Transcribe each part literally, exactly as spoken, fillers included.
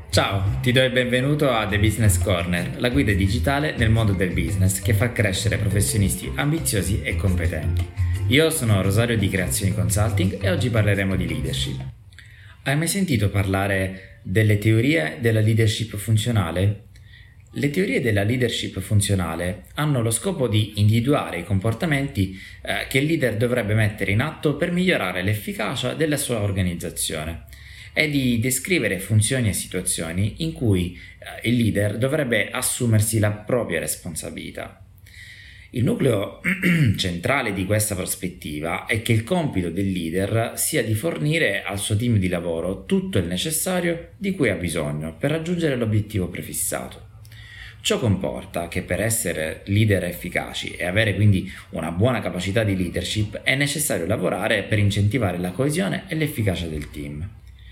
Ciao, ti do il benvenuto a The Business Corner, la guida digitale nel mondo del business che fa crescere professionisti ambiziosi e competenti. Io sono Rosario di Creazioni Consulting e oggi parleremo di leadership. Hai mai sentito parlare delle teorie della leadership funzionale? Le teorie della leadership funzionale hanno lo scopo di individuare i comportamenti eh, che il leader dovrebbe mettere in atto per migliorare l'efficacia della sua organizzazione e di descrivere funzioni e situazioni in cui eh, il leader dovrebbe assumersi la propria responsabilità. Il nucleo centrale di questa prospettiva è che il compito del leader sia di fornire al suo team di lavoro tutto il necessario di cui ha bisogno per raggiungere l'obiettivo prefissato. Ciò comporta che per essere leader efficaci e avere quindi una buona capacità di leadership è necessario lavorare per incentivare la coesione e l'efficacia del team.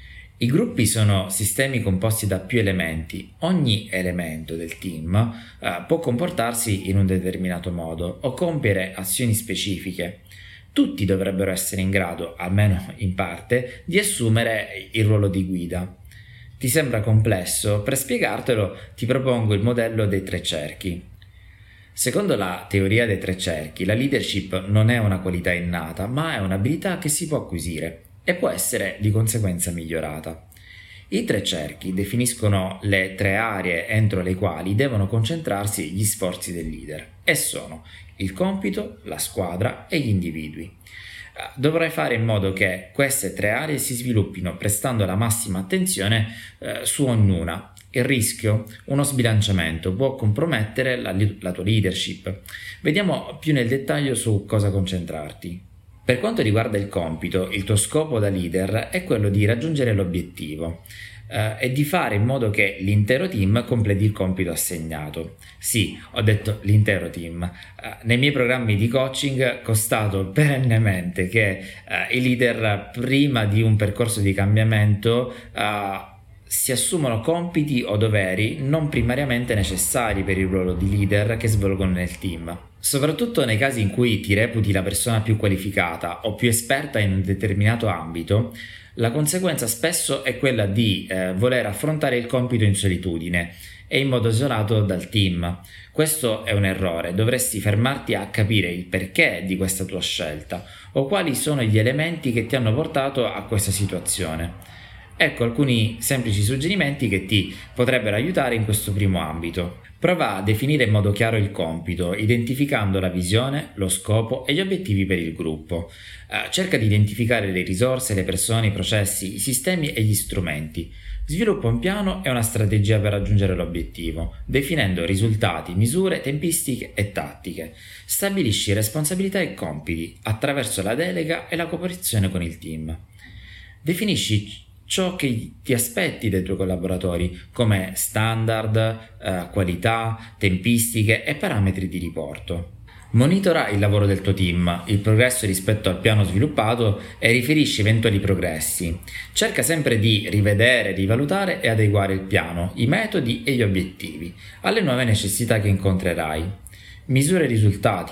I gruppi sono sistemi composti da più elementi. Ogni elemento del team eh, può comportarsi in un determinato modo o compiere azioni specifiche. Tutti dovrebbero essere in grado, almeno in parte, di assumere il ruolo di guida. Ti sembra complesso? Per spiegartelo ti propongo il modello dei tre cerchi. Secondo la teoria dei tre cerchi, la leadership non è una qualità innata, ma è un'abilità che si può acquisire e può essere di conseguenza migliorata. I tre cerchi definiscono le tre aree entro le quali devono concentrarsi gli sforzi del leader e sono il compito, la squadra e gli individui. Dovrai fare in modo che queste tre aree si sviluppino prestando la massima attenzione eh, su ognuna. Il rischio, uno sbilanciamento, può compromettere la, la tua leadership. Vediamo più nel dettaglio su cosa concentrarti. Per quanto riguarda il compito, il tuo scopo da leader è quello di raggiungere l'obiettivo eh, e di fare in modo che l'intero team completi il compito assegnato. Sì, ho detto l'intero team. Eh, nei miei programmi di coaching constato perennemente che eh, i leader prima di un percorso di cambiamento eh, si assumono compiti o doveri non primariamente necessari per il ruolo di leader che svolgono nel team. Soprattutto nei casi in cui ti reputi la persona più qualificata o più esperta in un determinato ambito, la conseguenza spesso è quella di eh, voler affrontare il compito in solitudine e in modo isolato dal team. Questo è un errore, dovresti fermarti a capire il perché di questa tua scelta o quali sono gli elementi che ti hanno portato a questa situazione. Ecco alcuni semplici suggerimenti che ti potrebbero aiutare in questo primo ambito. Prova a definire in modo chiaro il compito, identificando la visione, lo scopo e gli obiettivi per il gruppo. Eh, cerca di identificare le risorse, le persone, i processi, i sistemi e gli strumenti. Sviluppa un piano e una strategia per raggiungere l'obiettivo, definendo risultati, misure, tempistiche e tattiche. Stabilisci responsabilità e compiti attraverso la delega e la cooperazione con il team. Definisci ciò che ti aspetti dai tuoi collaboratori come standard, eh, qualità, tempistiche e parametri di riporto. Monitora il lavoro del tuo team, il progresso rispetto al piano sviluppato e riferisci eventuali progressi. Cerca sempre di rivedere, rivalutare e adeguare il piano, i metodi e gli obiettivi alle nuove necessità che incontrerai. Misura i risultati.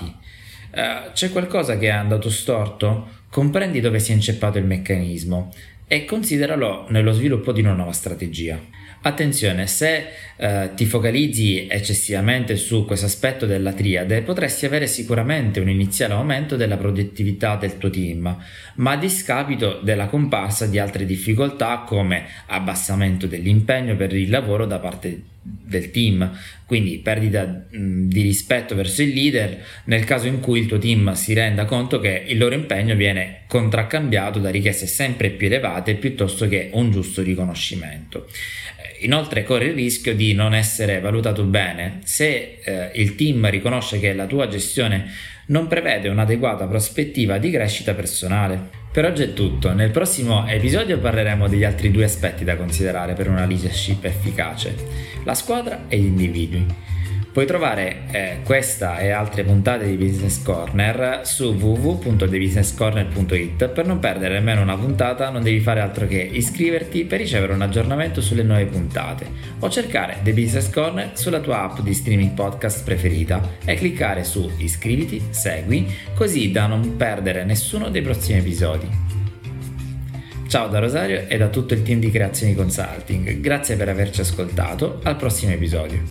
Eh, c'è qualcosa che è andato storto? Comprendi dove si è inceppato il meccanismo e consideralo nello sviluppo di una nuova strategia. Attenzione, se eh, ti focalizzi eccessivamente su questo aspetto della triade, potresti avere sicuramente un iniziale aumento della produttività del tuo team, ma a discapito della comparsa di altre difficoltà come abbassamento dell'impegno per il lavoro da parte del team, quindi perdita mh, di rispetto verso il leader nel caso in cui il tuo team si renda conto che il loro impegno viene contraccambiato da richieste sempre più elevate piuttosto che un giusto riconoscimento. Inoltre corre il rischio di non essere valutato bene se eh, il team riconosce che la tua gestione non prevede un'adeguata prospettiva di crescita personale. Per oggi è tutto, nel prossimo episodio parleremo degli altri due aspetti da considerare per una leadership efficace: la squadra e gli individui. Puoi trovare eh, questa e altre puntate di Business Corner su w w w punto the business corner punto i t. Per non perdere nemmeno una puntata non devi fare altro che iscriverti per ricevere un aggiornamento sulle nuove puntate o cercare The Business Corner sulla tua app di streaming podcast preferita e cliccare su iscriviti, segui, così da non perdere nessuno dei prossimi episodi. Ciao da Rosario e da tutto il team di Creazioni Consulting, grazie per averci ascoltato, al prossimo episodio.